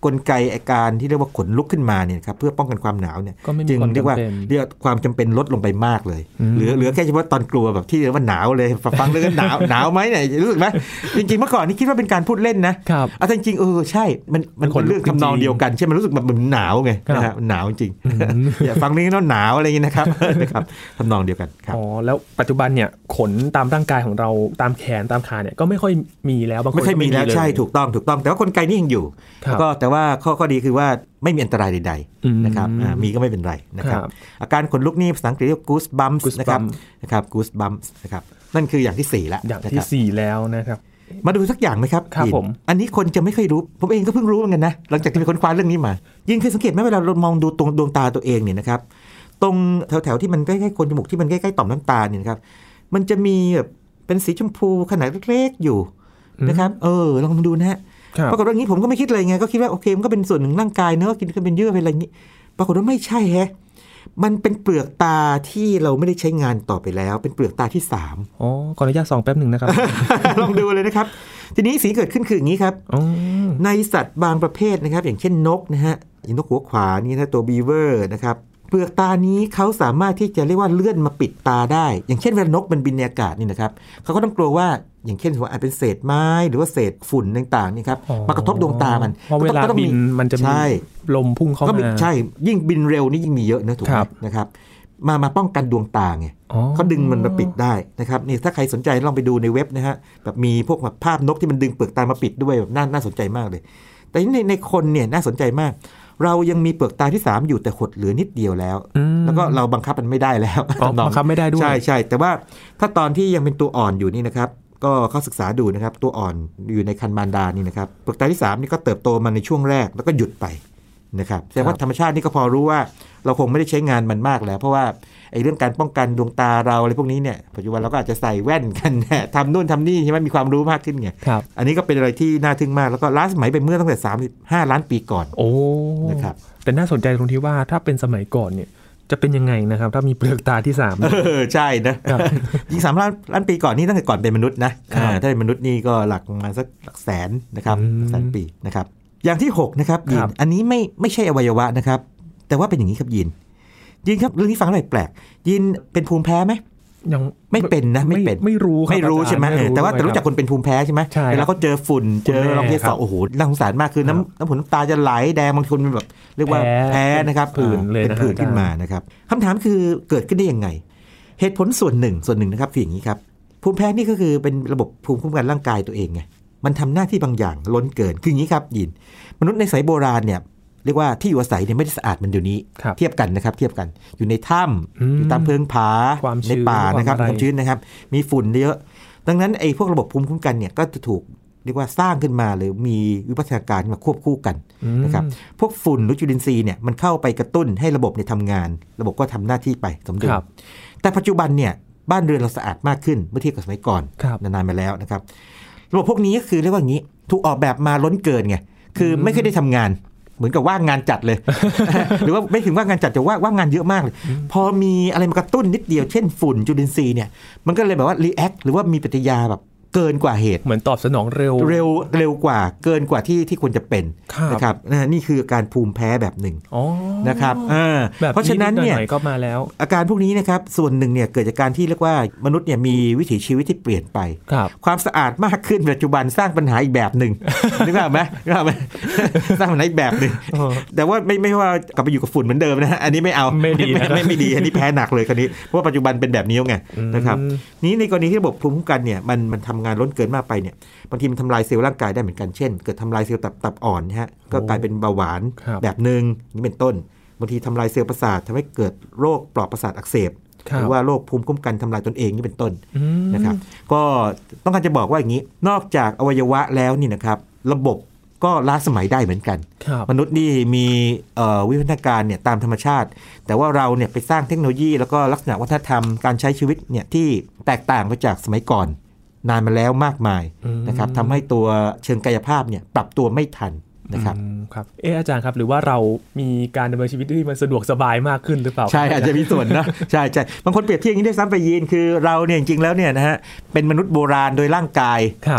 กลไกอาการที่เรียกว่าขนลุกขึ้นมาเนี่ยครับเพื่อป้องกันความหนาวเนี่ยจึงเรียกว่าเรียกความจำเป็นลดลงไปมากเลยเหลือเหลือแค่เฉพาะตอนกลัวแบบที่เรียกว่าหนาวเลยฟังเรื่องหนาวหนาวไหมเนี่ยรู้สึกไหมจริงๆเมื่อก่อนนี่คิดว่าเป็นการพูดเล่นนะครับอ่ะจริงๆเออใช่มันมันเป็นเรื่องทำนองเดียวกันใช่มันรู้สึกแบบมันหนาวไงนะฮะหนาวจริงอย่าฟังนี้ว่าหนาวอะไรอย่างนี้นะครับนะครับทำนองเดียวกันครับอ๋อแล้วปัจจุบันเนี่ยขนตามร่างกายของเราตามแขนตามขาเนี่ยก็ไม่ค่อยมีแล้วบางคนไม่ค่อยมีแล้วใช่ถูกต้องถูกต้องแต่ว่ากลไกนี้ยังอยู่ก็แต่ว่าข้อข้อดีคือว่าไม่มีอันตรายใดๆนะครับมีก็ไม่เป็นไรนะครับอาการขนลุกนี่ภาษาอังกฤษเรียก goose bumps นะครับนะครับ goose bumps นะครับนั่นคืออย่างที่สี่แล้วอย่างที่สี่แล้วนะครับมาดูสักอย่างไหมครับครับผมอันนี้คนจะไม่เคยรู้ผมเองก็เพิ่งรู้เหมือนกันนะหลังจากที่มีคนคว้าเรื่องนี้มายิ่งเคยสังเกตไหมเวลาเรามองดูตรงดวงตาตัวเองเนี่ยนะครับตรงแถวๆที่มันใกล้ๆโคนจมูกที่มันใกล้ๆต่อมน้ำตาเนี่ยนะครับมันจะมีแบบเป็นสีชมพูขนาดเล็กๆอยู่นะครับเออลองดูนะฮะปรากฏว่างี้ผมก็ไม่คิดเลยไงก็คิดว่าโอเคมันก็เป็นส่วนหนึ่งร่างกายเนอะกินก็เป็นเยื่อเป็นอะไรอย่างนี้ปรากฏว่าไม่ใช่แฮะมันเป็นเปลือกตาที่เราไม่ได้ใช้งานต่อไปแล้วเป็นเปลือกตาที่สามอ๋อขออนุญาตส่องแป๊บหนึ่งนะครับลองดูเลยนะครับทีนี้สีเกิดขึ้นคืออย่างนี้ครับในสัตว์บางประเภทนะครับอย่างเช่นนกนะฮะอย่างนกหัวขวานี่นะตัวบีเวอร์นะครับเปลือกตานี้เขาสามารถที่จะเรียกว่าเลื่อนมาปิดตาได้อย่างเช่นเวลานกมันบินในอากาศนี่นะครับเขาก็ต้องกลัวว่าอย่างเช่นว่าอาจเป็นเศษไม้หรือว่าเศษฝุ่นต่างๆนี่ครับมากระทบดวงตามันเพราะเวลาบินมันจะมีลมพุ่งเข้ามาใช่ยิ่งบินเร็วนี่ยิ่งมีเยอะนะถูกไหมนะครับมามาป้องกันดวงตาไงเขาดึงมันมาปิดได้นะครับนี่ถ้าใครสนใจลองไปดูในเว็บนะฮะแบบมีพวกแบบภาพนกที่มันดึงเปลือกตามาปิดด้วยแบบน่าน่าสนใจมากเลยแต่ในในคนเนี่ยน่าสนใจมากเรายังมีเปลือกตาที่สามอยู่แต่หดเหลือนิดเดียวแล้วแล้วก็เราบังคับมันไม่ได้แล้วบังคับไม่ได้ด้วยใช่ใช่แต่ว่าถ้าตอนที่ยังเป็นตัวอ่อนอยู่นี่นะครับก็เขาศึกษาดูนะครับตัวอ่อนอยู่ในครรภ์มารดานี่นะครับเปลือกตาที่สามนี่ก็เติบโตมาในช่วงแรกแล้วก็หยุดไปนะครับแสดงว่าธรรมชาตินี่ก็พอรู้ว่าเราคงไม่ได้ใช้งานมันมากแล้วเพราะว่าไอ้เรื่องการป้องกันดวงตาเราอะไรพวกนี้เนี่ยปัจจุบันเราก็อาจจะใส่แว่นกันทำนู่นทำนี่ใช่ไหมมีความรู้มากขึ้นไงอันนี้ก็เป็นอะไรที่น่าทึ่งมากแล้วก็ล้าสมัยไปเมื่อตั้งแต่สามสิบห้าล้านปีก่อนโอ้นะครับแต่น่าสนใจตรงที่ว่าถ้าเป็นสมัยก่อนเนี่ยจะเป็นยังไงนะครับถ้ามีเปลือกตาที่สามเออใช่นะยิ่งสามล้านล้านปีก่อนนี่ตั้งแต่ก่อนเป็นมนุษย์นะถ้าเป็นมนุษย์นี่ก็หลักประมาณสักหลักแสนนะครับแสนปีนะครับอย่างที่หกนะครับยินอันนี้ไม่ไม่ใช่อวัยวะนะครับแต่ว่าเป็นอย่างนี้ครับยินยินครับเรื่องนี้ฟังหน่อยแปลกยินเป็นภูมิแพ้ไหมยังไม่เป็นนะไม่เป็นไม่รู้ไม่รู้ใช่ไหมแต่ว่าแต่รู้จักคนเป็นภูมิแพ้ใช่ไหมเวลาเขาเจอฝุ่นเจอลองเทสโอ้โหน่าสงสารมากคือน้ำน้ำผุน้ำตาจะไหลแดงบางคนแบบเรียกว่าแพ้นะครับผื่นเลยเป็นผื่นขึ้นมานะครับคำถามคือเกิดขึ้นได้ยังไงเหตุผลส่วนหนึ่งส่วนหนึ่งนะครับคืออย่างนี้ครับภูมิแพ้นี่ก็คือเป็นระบบภูมิคุ้มกันร่างกายตัวเองไงมันทำหน้าที่บางอย่างล้นเกินคืออย่างนี้ครับยินมนุษย์ในสมัยโบราณเนี่ยเรียกว่าที่อยู่อาศัยเนี่ยไม่ได้สะอาดเหมือนเดี๋ยวนี้เทียบกันนะครับเทียบกันอยู่ในถ้ำอยู่ตามเพิงผาในป่านะครับความชื้นนะครับมีฝุ่นเยอะดังนั้นไอ้พวกระบบภูมิคุ้มกันเนี่ยก็จะถูกเรียกว่าสร้างขึ้นมาหรือมีวิวัฒนาการมาควบคู่กันนะครับพวกฝุ่นหรือจุลินทรีย์เนี่ยมันเข้าไปกระตุ้นให้ระบบเนี่ยทำงานระบบก็ทำหน้าที่ไปสมดุลแต่ปัจจุบันเนี่ยบ้านเรือนเราสะอาดมากขึ้นเมื่อเทียบกับสมัยก่อนนานๆมาแล้วนะครับระบบพวกนี้ก็คือเรียกว่าอย่างนี้ถูกออกแบบมาล้นเกินไงคือไม่เคยได้ทำงานเหมือนกับว่างงานจัดเลย หรือว่าไม่ถึงว่างงานจัดจะว่าว่างงานเยอะมากเลยพอมีอะไรมากระตุ้นนิดเดียวเช่นฝุ่นจุลินทรีย์เนี่ยมันก็เลยแบบว่ารีแอคหรือว่ามีปฏิกิริยาแบบเกินกว่าเหตุเหมือนตอบสนองเร็วเร็วเร็วกว่าเกินกว่าที่ที่ควรจะเป็นนะครับนี่คือการภูมิแพ้แบบหนึ่งนะครับเพราะฉะนั้นเนี่ยก็มาแล้วอาการพวกนี้นะครับส่วนหนึ่งเนี่ยเกิดจากการที่เรียกว่ามนุษย์เนี่ยมีวิถีชีวิตที่เปลี่ยนไปความสะอาดมากขึ้นปัจจุบันสร้างปัญหาอีกแบบหนึ่งนึกออกไหมนึกออกไหมสร้างปัญหาอีกแบบหนึ่งแต่ว่าไม่ไม่ว่ากลับไปอยู่กับฝุ่นเหมือนเดิมนะอันนี้ไม่เอาไม่ดีไม่ไม่ดีอันนี้แพ้หนักเลยคนนี้เพราะว่าปัจจุบันเป็นแบบนี้ไงนะครับนี้ในกรณีที่ระบบภูมิคุ้มกันเนี่ยมันมันทำงานล้นเกินมากไปเนี่ยบางทีมันทำลายเซลล์ร่างกายได้เหมือนกันเช่นเกิดทำลายเซลล์ตับตับอ่อนนะฮะก็กลายเป็นเบาหวานแบบนึงนี่เป็นต้นบางทีทำลายเซลล์ประสาททำให้เกิดโรคปลอกประสาทอักเสบหรือว่าโรคภูมิคุ้มกันทำลายตนเองนี่เป็นต้นนะครับก็ต้องการจะบอกว่าอย่างนี้นอกจากอวัยวะแล้วนี่นะครับระบบก็ล้าสมัยได้เหมือนกันมนุษย์นี่มีวิวัฒนาการเนี่ยตามธรรมชาติแต่ว่าเราเนี่ยไปสร้างเทคโนโลยีแล้วก็ลักษณะวัฒนธรรมการใช้ชีวิตเนี่ยที่แตกต่างไปจากสมัยก่อนนานมาแล้วมากมายนะครับทำให้ตัวเชิงกายภาพเนี่ยปรับตัวไม่ทันนะครับครับเอออาจารย์ครับหรือว่าเรามีการดำเนินชีวิตที่มันสะดวกสบายมากขึ้นหรือเปล่าใช่อาจจะมีส่วนนะใช่ใช่บางคนเปรียบเทียบอย่างนี้ได้ซ้ำไปยีนคือเราเนี่ยจริงๆแล้วเนี่ยนะฮะเป็นมนุษย์โบราณโดยร่างกายครับ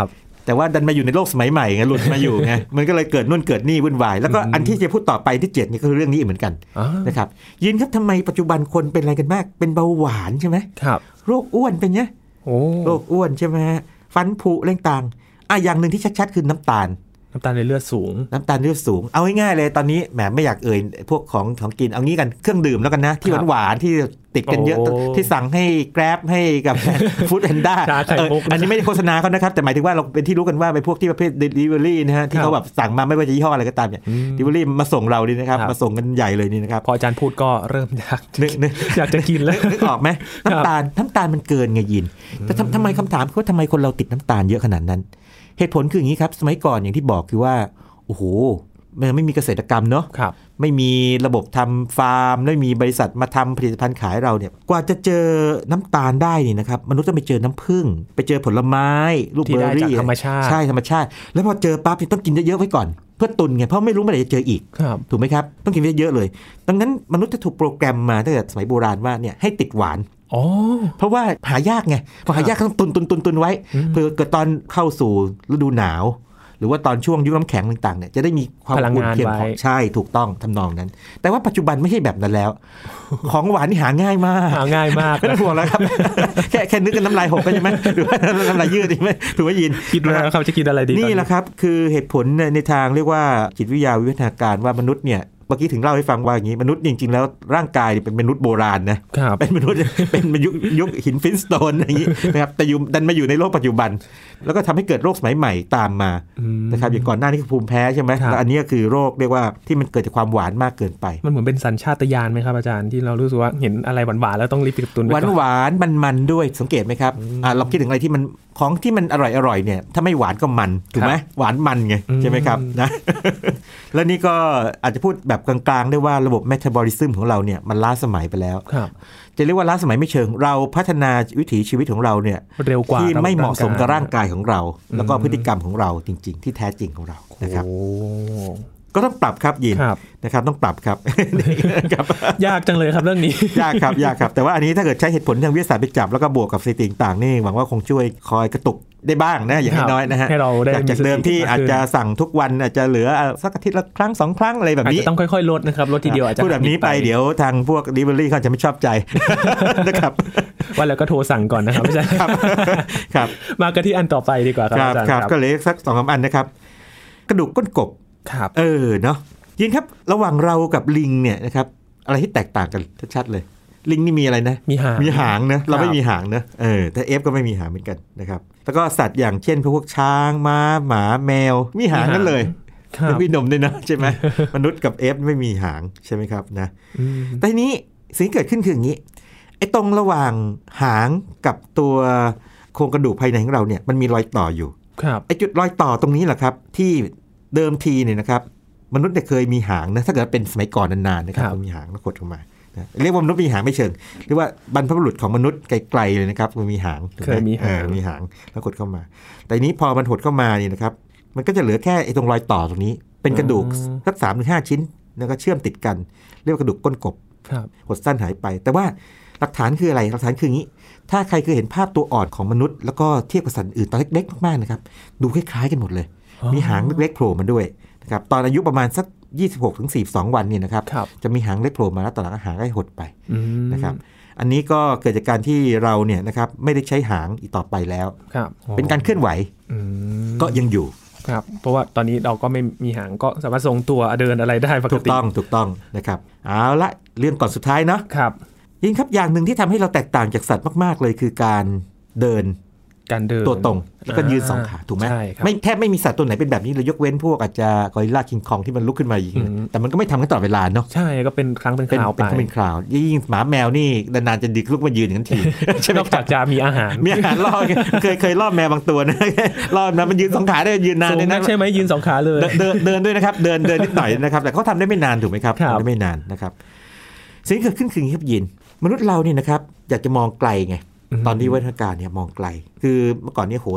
แต่ว่าดันมาอยู่ในโลกสมัยใหม่ไงหลุดมาอยู่ไงมันก็เลยเกิดนู่นเกิดนี่วุ่นวายแล้วก็อันที่จะพูดต่อไปที่เจ็ดนี่ก็คือเรื่องนี้เหมือนกันนะครับยินครับทำไมปัจจุบันคนเป็นอะไรกันมากเป็นเบาหวานใช่ไหมครับโรคอ้วนเป็นเนี้ยโรคอ้วนใช่ไหมฟันผุเร่งต่างอ่ะอย่างหนึ่งที่ชัดๆคือน้ำตาลน้ำตาลในเลือดสูงน้ำตาลในเลือดสูงเอาง่ายๆเลยตอนนี้แหมไม่อยากเอ่ยพวกของของกินเอางี้กันเครื่องดื่มแล้วกันนะที่หวานๆที่ติดกันเยอะที่สั่งให้ Grab ให้กับฟู้ดแพนด้าอันนี้ไม่ได้โฆษณาเขานะครับแต่หมายถึงว่าเราเป็นที่รู้กันว่าเป็นพวกที่ประเภท delivery นะฮะที่เขาแบบสั่งมาไม่ว่าจะยี่ห้ออะไรก็ตามเนี่ย delivery มาส่งเรานี่นะครับมาส่งกันใหญ่เลยนี่นะครับพออาจารย์พูดก็เริ่มอยากอยากจะกินแล้วนึกออกไหมน้ำตาลน้ำตาลมันเกินไงยินแต่ทำไมคำถามคือว่าทำไมคนเราติดน้ำตาลเยอะขนาดนั้นเหตุผลคืออย่างนี้ครับสมัยก่อนอย่างที่บอกคือว่าโอ้โหมันไม่มีเกษตรกรรมเนาะไม่มีระบบทำฟาร์มไม่มีบริษัทมาทำผลิตภัณฑ์ขายเราเนี่ยกว่าจะเจอน้ำตาลได้นี่นะครับมนุษย์ต้องไปเจอน้ำผึ้งไปเจอผลไม้ลูกเบอร์รี่ธรรมชาติใช่ธรรมชาติแล้วพอเจอปั๊บต้องกินเยอะๆไว้ก่อนเพื่อตุนไงเพราะไม่รู้เมื่อไหร่จะเจออีกถูกไหมครับต้องกินเยอะๆเลยดังนั้นมนุษย์จะถูกโปรแกรมมาตั้งแต่สมัยโบราณว่าเนี่ยให้ติดหวานเพราะว่าหายากไงพอหายากต้องตุนตุนตุนตุนไว้เพื่อเกิดตอนเข้าสู่ฤดูหนาวหรือว่าตอนช่วงยุคน้ำแข็งต่างๆเนี่ยจะได้มีความอุ่นเพียงพอใช่ถูกต้องทำนองนั้นแต่ว่าปัจจุบันไม่ใช่แบบนั้นแล้วของหวานนี่หาง่ายมากหาง่ายมากไม่ต้องห่วงแล้วครับแค่แค่นึกกันน้ำลายหกก็ใช่ไหมหรือว่าน้ำลายยืดใช่ไหมถือว่ายินคิดว่าเขาจะกินอะไรดีนี่แหละครับคือเหตุผลในทางเรียกว่าจิตวิทยาวิวัฒนาการว่ามนุษย์เนี่ยเมื่อกี้ถึงเล่าให้ฟังว่าอย่างนี้มนุษย์จริงๆแล้วร่างกายเป็นมนุษย์โบราณนะเป็นมนุษย์เป็นยุคยุคหินฟินสโตนอย่างนี้นะครับแต่อยู่ดันมาอยู่ในโลกปัจจุบันแล้วก็ทำให้เกิดโรคสมัยใหม่ตามมานะครับอย่างก่อนหน้านี้คือภูมิแพ้ใช่ไหมแล้วอันนี้ก็คือโรคเรียกว่าที่มันเกิดจากความหวานมากเกินไปมันเหมือนเป็นสัญชาตญาณไหมครับอาจารย์ที่เรารู้สึกว่าเห็นอะไรหวานๆแล้วต้องรีบไปตุนหวานหวานมันๆด้วยสังเกตไหมครับเราคิดถึงอะไรที่มันของที่มันอร่อยๆเนี่ยถ้าไม่หวานก็มันถูกไหมหวานมันไงใช่ไหมครับนะแล้วนี่ก็อาจจะพูดแบบกลางๆได้ว่าระบบเมตาบอลิซึมของเราเนี่ยมันล้าสมัยไปแล้วจะเรียกว่าล้าสมัยไม่เชิงเราพัฒนาวิถีชีวิตของเราเนี่ยเร็วกว่าที่ไม่เหมาะสมกับร่างกายของเราแล้วก็พฤติกรรมของเราจริงๆที่แท้จริงของเรานะครับก็ต้องปรับครับยินนะครับต้องปรับครับยากจังเลยครับเรื่องนี้ยากครับยากครับแต่ว่าอันนี้ถ้าเกิดใช้เหตุผลทางวิทยาศาสตร์ไปจับแล้วก็บวกกับสถิติต่างๆนี่หวังว่าคงช่วยคอยกระตุกได้บ้างนะอย่างน้อยนะฮะจากเดิมที่อาจจะสั่งทุกวันอาจจะเหลือสักอาทิตย์ละครั้งสองครั้งอะไรแบบนี้ต้องค่อยๆลดนะครับลดทีเดียวอาจจะพูดแบบนี้ไปเดี๋ยวทางพวก delivery เขาจะไม่ชอบใจนะครับว่าแล้วก็โทรสั่งก่อนนะครับไม่ใช่ครับมากันที่อันต่อไปดีกว่าครับอาจารย์ครับก็เหลือสักสองสามอันนะครับกระดูกก้นกบเออเนาะยินครับระหว่างเรากับลิงเนี่ยนะครับอะไรที่แตกต่างกันชัดๆเลยลิงนี่มีอะไรนะมีหางมีหางนะเราไม่มีหางนะเออแต่เอฟก็ไม่มีหางเหมือนกันนะครับแล้วก็สัตว์อย่างเช่นพวกช้างม้าหมาแมวมีหางนั่นเลยพี่หนุ่มด้วยนะใช่ไหมมนุษย์กับเอฟไม่มีหางใช่ไหมครับนะแต่ทีนี้สิ่งที่เกิดขึ้นคืออย่างนี้ไอ้ตรงระหว่างหางกับตัวโครงกระดูกภายในของเราเนี่ยมันมีรอยต่ออยู่ไอ้จุดรอยต่อตรงนี้แหละครับที่เดิมทีเนี่ยนะครับมนุษย์เนี่ยเคยมีหางนะถ้าเกิดเป็นสมัยก่อนนานๆนะครับมันมีหางแล้วขดออกมาเรียกว่ามนุษย์มีหางไม่เชิงเรียกว่าบรรพบุรุษของมนุษย์ไกลๆเลยนะครับมันมีหางเคยมีหางมีหางแล้วขดเข้ามาแต่นี้พอมันหดเข้ามานี่นะครับมันก็จะเหลือแค่ไอ้ตรงรอยต่อตรงนี้เป็นกระดูกสักสามถึงห้าชิ้นแล้วก็เชื่อมติดกันเรียกว่ากระดูกก้นกบหดสั้นหายไปแต่ว่าหลักฐานคืออะไรหลักฐานคืออย่างนี้ถ้าใครเคยเห็นภาพตัวอ่อนของมนุษย์แล้วก็เทียบกับสัตว์อื่นตอนเล็กๆมากๆนะครับดูคล้ายๆกันหมดเลยมีหางเล็กๆโผล่มาด้วยนะครับตอนอายุประมาณสักยี่สิบหกถึงสี่สิบสองวันเนี่ยนะครับจะมีหางเล็กโผล่มาแล้วตอนหลังหางก็หดไปนะครับอันนี้ก็เกิดจากการที่เราเนี่ยนะครับไม่ได้ใช้หางอีกต่อไปแล้วเป็นการเคลื่อนไหวก็ยังอยู่ครับเพราะว่าตอนนี้เราก็ไม่มีหางก็สามารถทรงตัวเดินอะไรได้ปกติถูกต้องถูกต้องนะครับเอาละเรื่องก่อนสุดท้ายเนาะครับยิ่งครับอย่างหนึ่งที่ทำให้เราแตกต่างจากสัตว์มากๆเลยคือการเดินการเดินตัวตรงแล้วก็ยืนสองขาถูกไหมไม่แทบไม่มีสัตว์ตัวไหนเป็นแบบนี้เลยยกเว้นพวกอาจจะกอริลลาคิงคองที่มันลุกขึ้นมาอย่างนี้แต่มันก็ไม่ทำกันตลอดเวลาเนาะใช่ก็เป็นครั้งเป็นคราวไปเป็นเป็นคราวยิ่งหมาแมวนี่นานๆจะดึกลุกมายืนอย่างนั้นทีนอกจากจะมีอาหารมีอาหารล่อเคยเคยล่อแมวบางตัวนะล่อนะมันยืนสองขาได้ยืนนานเลยนะใช่ไหมยืนสองขาเลยเดินเดินด้วยนะครับเดินเดินนิดหน่อยนะครับแต่เขาทำได้ไม่นานถูกไหมครับทำได้ไม่นานนะครับสิ่งที่เกิดขึ้นคือครับยินมนุษย์เราเนี่ยนะครับอยากจะมองไกลไงตอนที่วิวัฒนาการเนี่ยมองไกลคือเมื่อก่อนเนี่ยโหน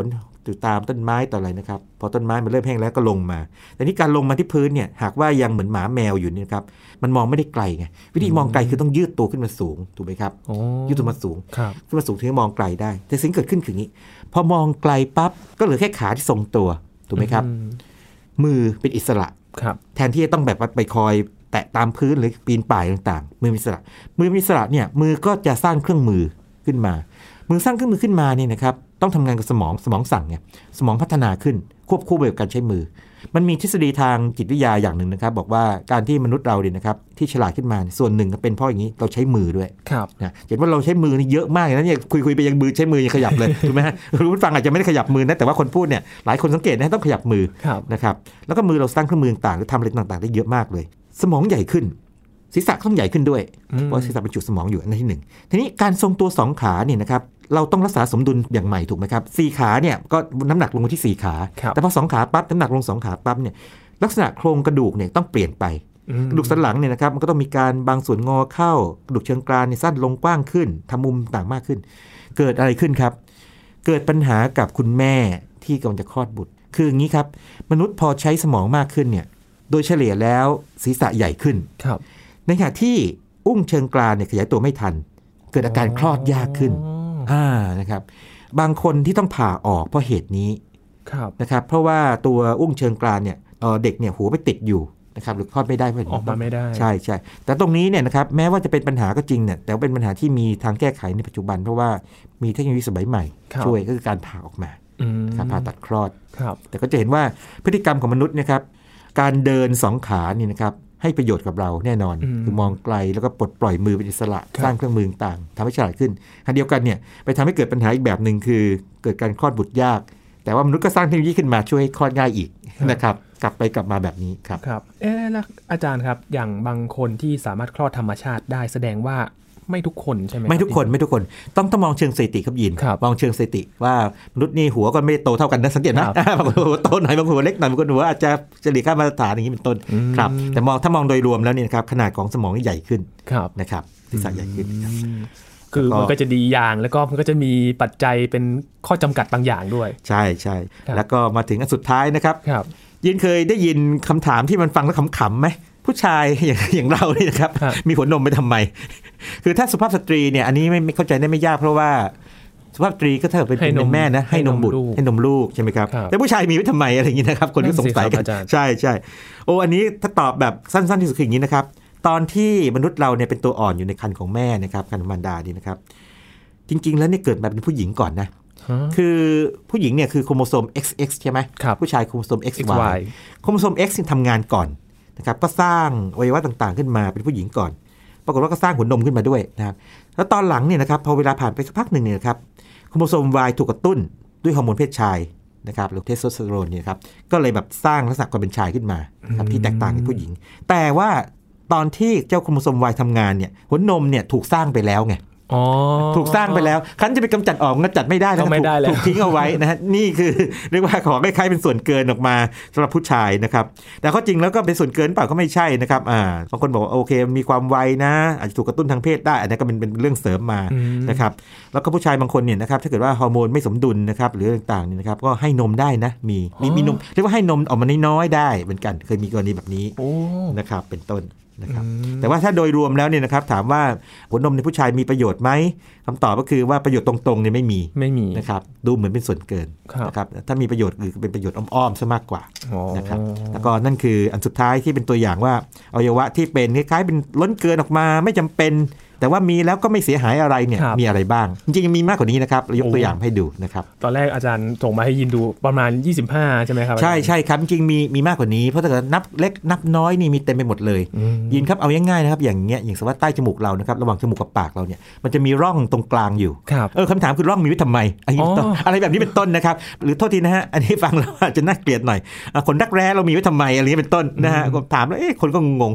อยู่ตามต้นไม้ต่ออะไรนะครับพอต้นไม้มันเริ่มแห้งแล้วก็ลงมาแต่นี่การลงมาที่พื้นเนี่ยหากว่ายังเหมือนหมาแมวอยู่นี่ครับมันมองไม่ได้ไกลไงวิธีมองไกลคือต้องยืดตัวขึ้นมาสูงถูกไหมครับยืดตัวมาสูงขึ้นมาสูงถึงจะมองไกลได้แต่สิ่งเกิดขึ้นคืออย่างนี้พอมองไกลปั๊บก็เหลือแค่ขาที่ทรงตัวถูกไหมครับมือเป็นอิสระแทนที่จะต้องแบบไปคอยแตะตามพื้นหรือปีนป่ายต่างๆมือมีอิสระมือมีอิสระเนี่ยมือก็จะสร้างเครื่องมือขึ้นมามือสร้างเครื่องมือขึ้นมาเนี่ยนะครับต้องทำงานกับสมองสมองสั่งไงสมองพัฒนาขึ้นควบคู่ไปกับการใช้มือมันมีทฤษฎีทางจิตวิทยาอย่างหนึ่งนะครับบอกว่าการที่มนุษย์เราเนี่ยนะครับที่ฉลาดขึ้นมาส่วนหนึ่งก็เป็นเพราะอย่างนี้เราใช้มือด้วยนะเห็นว่าเราใช้มือนี่เยอะมากนะเนี่ยคุยคุยไปยังมือใช้มือยังขยับเลยถูกไหมฮะรู้ฟังอาจจะไม่ได้ขยับมือนะแต่ว่าคนพูดเนี่ยหลายคนสังเกตนะต้องขยับมือนะครับแล้วก็มือเราสร้างเครื่องมือต่างๆหรือทำอะไรต่างๆได้เยอะมากเลยสมองใหญ่ขึ้นศีรษะต้องใหญ่ขึ้นด้วยเพราะศีรษะเป็นจุดสมองอยู่อันที่หนึ่งทีนี้การทรงตัวสองขาเนี่ยนะครับเราต้องรักษาสมดุลอย่างใหม่ถูกไหมครับสี่ขาเนี่ยก็น้ำหนักลงมาที่สี่ขาแต่พอสองขาปั๊บน้ำหนักลงสองขาปั๊บเนี่ยลักษณะโครงกระดูกเนี่ยต้องเปลี่ยนไปกระดูกสันหลังเนี่ยนะครับมันก็ต้องมีการบางส่วนงอเข้ากระดูกเชิงกรานเนี่ยสั้นลงกว้างขึ้นทำมุมต่างมากขึ้นเกิดอะไรขึ้นครับเกิดปัญหากับคุณแม่ที่กำลังจะคลอดบุตรคืออย่างนี้ครับมนุษย์พอใช้สมองมากขึ้นเนี่ยโดยเฉลี่ยแล้วศีรษะใหญ่ขึ้นในขณะที่อุ้งเชิงกรานเนี่ยขยายตัวไม่ทันเกิดอาการคลอดยากขึ้นอ่านะครับบางคนที่ต้องผ่าออกเพราะเหตุนี้นะครับเพราะว่าตัวอุ้งเชิงกรานเนี่ยเด็กเนี่ยหัวไปติดอยู่นะครับหรือคลอดไม่ได้ออกมาไม่ได้ใช่ใช่แต่ตรงนี้เนี่ยนะครับแม้ว่าจะเป็นปัญหาก็จริงเนี่ยแต่เป็นปัญหาที่มีทางแก้ไขในปัจจุบันเพราะว่ามีเทคโนโลยีสมัยใหม่ช่วยก็คือการผ่าออกมาผ่าตัดคลอดแต่ก็จะเห็นว่าพฤติกรรมของมนุษย์นะครับการเดินสองขานี่นะครับให้ประโยชน์กับเราแน่นอนคือมองไกลแล้วก็ปลดปล่อยมือเป็นอิสระสร้างเครื่องมือต่างทำให้ฉลาดขึ้นขณะเดียวกันเนี่ยไปทำให้เกิดปัญหาอีกแบบหนึ่งคือเกิดการคลอดบุตรยากแต่ว่ามนุษย์ก็สร้างเทคโนโลยีขึ้นมาช่วยให้คลอดง่ายอีกนะครับกลับไปกลับมาแบบนี้ครับครับเอ๊ะแล้วอาจารย์ครับอย่างบางคนที่สามารถคลอดธรรมชาติได้แสดงว่าไม่ทุกคนใช่ไหมไม่ทุกคนไม่ทุกคนต้องต้องมองเชิงสถิติครับยินมองเชิงสถิติว่ามนุษย์นี่หัวก็ไม่ได้โตเท่ากันนะสังเกตนะบางคนหัวโตหน่อยบางคนหัวเล็กหน่อยบางคนหัวอาจจะเฉลี่ยค่ามาตรฐานอย่างนี้เป็นต้นครับแต่มองถ้ามองโดยรวมแล้วเนี่ยครับขนาดของสมองใหญ่ขึ้นนะครับศีรษะใหญ่ขึ้นคือมันก็จะดีอย่างแล้วก็มันก็จะมีปัจจัยเป็นข้อจำกัดบางอย่างด้วยใช่ใช่แล้วก็มาถึงอันสุดท้ายนะครับยินเคยได้ยินคำถามที่มันฟังแล้วขำๆไหมผู้ชายอย่างอย่างเราเนี่ยนะครับมีหัวนมไปทำไมคือถ้าสุภาพสตรีเนี่ยอันนี้ไม่เข้าใจได้ไม่ยากเพราะว่าสุภาพสตรีก็เธอเป็นเป็นแม่นะให้นมบุตรให้นมลูกใช่ไหมครับแต่ผู้ชายมีไว้ทำไมอะไรอย่างนี้นะครับคนที่สงสัยกันใช่ใช่โอ้อันนี้ถ้าตอบแบบสั้นๆที่สุดคืออย่างนี้นะครับตอนที่มนุษย์เราเนี่ยเป็นตัวอ่อนอยู่ในครรภ์ของแม่นะครับครรภ์มารดานี่นะครับจริงๆแล้วเนี่ยเกิดมาเป็นผู้หญิงก่อนนะคือผู้หญิงเนี่ยคือโครโมโซม เอ็กซ์ เอ็กซ์ ใช่ไหมผู้ชายโครโมโซม เอ็กซ์ วาย โครโมโซม X ทำงานก่อนนะครับก็สร้างอวัยวะต่างๆขึ้นมาเป็นผู้หญิงก่อนปรากฏว่าก็สร้างหัวนมขึ้นมาด้วยนะครับแล้วตอนหลังเนี่ยนะครับพอเวลาผ่านไปสักพักหนึ่งเนี่ยนะครับโครโมโซม Y ถูกกระตุ้นด้วยฮอร์โมนเพศชายนะครับหรือเทสโทสเตอโรนเนี่ยครับก็เลยแบบสร้างลักษณะความเป็นชายขึ้นมาครับที่แตกต่างจากผู้หญิงแต่ว่าตอนที่เจ้าโครโมโซม Y ทำงานเนี่ยหัวนมเนี่ยถูกสร้างไปแล้วไงถูกสร้างไปแล้วคันจะไปกำจัดออกก็จัดไม่ได้นะถูกทิ้งเอาไว้นะฮะนี่คือเรียกว่าของคล้ายๆเป็นส่วนเกินออกมาสำหรับผู้ชายนะครับแต่ข้อจริงแล้วก็เป็นส่วนเกินเปล่าก็ไม่ใช่นะครับอ่าบางคนบอกว่าโอเคมีความไวนะอาจจะถูกกระตุ้นทางเพศได้อันนี้ก็เป็นเป็นเรื่องเสริมมานะครับแล้วก็ผู้ชายบางคนเนี่ยนะครับถ้าเกิดว่าฮอร์โมนไม่สมดุลนะครับหรือต่างๆนี่นะครับก็ให้นมได้นะมีมีนมเรียกว่าให้นมออกมาน้อยๆได้เหมือนกันเคยมีกรณีแบบนี้นะครับเป็นต้นนะครับแต่ว่าถ้าโดยรวมแล้วเนี่ยนะครับถามว่าหัวนมในผู้ชายมีประโยชน์ไหมคำตอบก็คือว่าประโยชน์ตรงๆเนี่ยไม่มีไม่มีนะครับดูเหมือนเป็นส่วนเกินนะครับถ้ามีประโยชน์คือเป็นประโยชน์อ้อมๆซะมากกว่านะครับแล้วก็นั่นคืออันสุดท้ายที่เป็นตัวอย่างว่าอวัยวะที่เป็นคล้ายๆเป็นล้นเกินออกมาไม่จำเป็นแต่ว่ามีแล้วก็ไม่เสียหายอะไรเนี่ยมีอะไรบ้างจริงๆมีมากกว่านี้นะครับเรายกตัวอย่างให้ดูนะครับตอนแรกอาจารย์ส่งมาให้ยินดูประมาณยี่สิบห้าใช่ไหมครับใช่ใช่ครับจริงๆมีมีมากกว่านี้เพราะถ้าเกิดนับเล็กนับน้อยนี่มีเต็มไปหมดเลยยินครับเอาง่ายๆนะครับอย่างเงี้ยอย่างสมมติว่าใต้จมูกเรานะครับระหว่างจมูกกับปากเราเนี่ยมันจะมีร่องตรงกลางอยู่เออคำถามคือร่องมีไว้ทำไมอะไรแบบนี้เป็นต้นนะครับหรือโทษทีนะฮะอันนี้ฟังแล้วอาจจะน่าเกลียดหน่อยขนรักแร้เรามีไว้ทำไมอะไรนี้เป็นต้นนะฮะถามแล้วเอ๊ะคนก็งง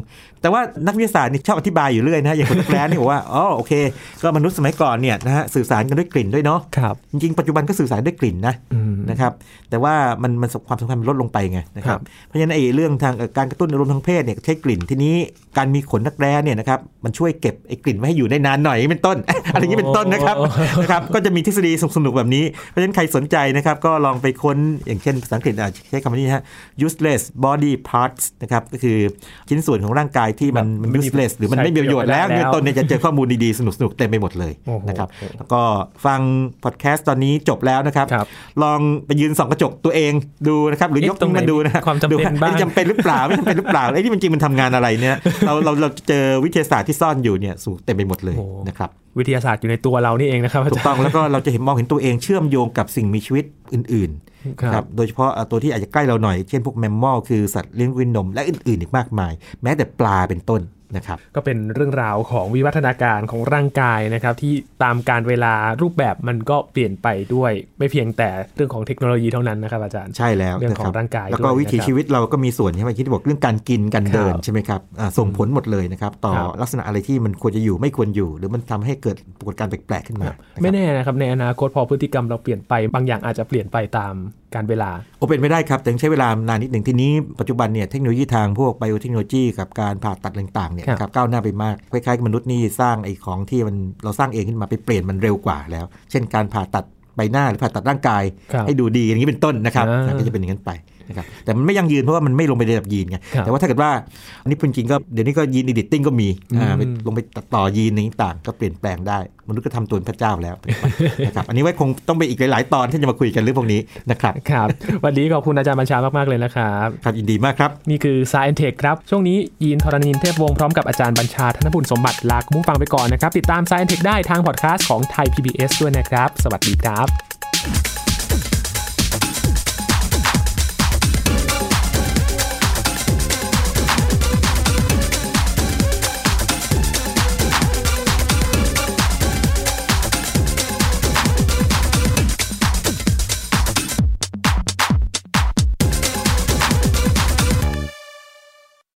แต่ว่านักวิทยาศาสตร์นี่ชอบอธิบายอยู่เรื่อยนะอย่างคนนักแร้นี่บอกว่าอ๋อโอเคก็มนุษย์สมัยก่อนเนี่ยนะฮะสื่อสารกันด้วยกลิ่นด้วยเนาะจริงๆปัจจุบันก็สื่อสารด้วยกลิ่นนะนะครับแต่ว่ามันมันความสำคัญมันลดลงไปไงนะครับเพราะฉะนั้นไอ้เรื่องทางการกระตุ้นอารมณ์ทางเพศเนี่ยใช้กลิ่นทีนี้การมีขนนักแร้เนี่ยนะครับมันช่วยเก็บไอ้กลิ่นไว้ให้อยู่ได้นานหน่อยเป็นต้น อะไรอย่างนี้เป็นต้นนะครับนะครับก็จะมีทฤษฎีสนุกๆแบบนี้เพราะฉะนั้นใครสนใจนะครับก็ลองไปค้นอย่างเช่นภาษาอังกฤษใช้คำนี้ฮะ useless body parts นะครับก็คือชิ้นส่วนของร่างกายที่มันมัน useless หรือมันไม่มีประโยชน์แล้วเนี่ยต้นเนี่ยจะเจอข้อมูลดีๆสนุกๆเต็มไปหมดเลยนะครับแล้วก็ฟังพอดแคสต์ตอนนี้จบแล้วนะครับลองไปยืนส่องกระจกตัวเองดูนะครับหรือยกมาดูนะครับความจำเป็นบ้างจำเป็นหรือเปล่าไม่จำเป็นหรือเปล่าไอ้ที่มันจริงมันทำงานอะไรเนี่ยเราเราเราเจอวิทยาศาสตร์ที่ซ่อนอยู่เนี่ยสูงเต็มไปหมดเลยนะครับวิทยาศาสตร์อยู่ในตัวเรานี่เองนะครับถูกต้องแล้วก็เราจะเห็นมองเห็นตัวเองเชื่อมโยงกับสิ่งมีชีวิตอื่นๆครับโดยเฉพาะตัวที่อาจจะใกล้เราหน่อยเช่นพวกแมมมอลคือสัตว์เลี้ยงกินนมและอื่นๆอีกมากมายแม้แต่ปลาเป็นต้นนะครับก็เป็นเรื่องราวของวิวัฒนาการของร่างกายนะครับที่ตามการเวลารูปแบบมันก็เปลี่ยนไปด้วยไม่เพียงแต่เรื่องของเทคโนโลยีเท่านั้นนะครับอาจารย์ใช่แล้วเรื่องของร่างกายแล้วก็วิถีชีวิตเราก็มีส่วนใช่ไหมที่บอกเรื่องการกินการเดินใช่ไหมครับส่งผลหมดเลยนะครับต่อลักษณะอะไรที่มันควรจะอยู่ไม่ควรอยู่หรือมันทำให้เกิดปรากฏการณ์แปลกๆขึ้นมาไม่แน่นะครับในอนาคตพอพฤติกรรมเราเปลี่ยนไปบางอย่างอาจจะเปลี่ยนไปตามการเวลาโอเป็นไม่ได้ครับแต่ใช้เวลานานนิดหนึ่งทีนี้ปัจจุบันเนี่ยเทคโนโลยีทางพวกไบโอเทคโนโลยีกับการผ่าตัดต่างๆเนี่ยครับก้าวหน้าไปมากคล้ายๆกับมนุษย์นี่สร้างไอ้ของที่มันเราสร้างเองขึ้นมาไปเปลี่ยนมันเร็วกว่าแล้วเช่นการผ่าตัดใบหน้าหรือผ่าตัดร่างกายให้ดูดีอย่างนี้เป็นต้นนะครับก็จะเป็นอย่างนั้นไปนะครับแต่มันไม่ยั่งยืนเพราะว่ามันไม่ลงไปในระดับยีนไงแต่ว่าถ้าเกิดว่าอันนี้จริงๆก็เดี๋ยวนี้ก็ยีนอีดิตติ้งก็มีอ่าลงไปตัดต่อยีนต่างๆก็เปลี่ยนแปลงได้มนุษย์ก็ทำตัวเป็นพระเจ้าแล้วนะครับอันนี้ไว้คงต้องไปอีกหลายๆตอนที่จะมาคุยกันเรื่องพวกนี้นะครับครับวันนี้ขอบคุณอาจารย์บัญชามากๆเลยนะครับครับยินดีมากครับนี่คือ Science Tech ครับช่วงนี้ยีนทรณินเทพวงศ์พร้อมกับอาจารย์บัญชาธนบุญสมบัติลาคุณผู้ฟังไปก่อนนะครับติดตาม Science Tech ได้ทางพอดแคสต์ของ Thai พี บี เอส ด้วยนะครับสวัสดีครับ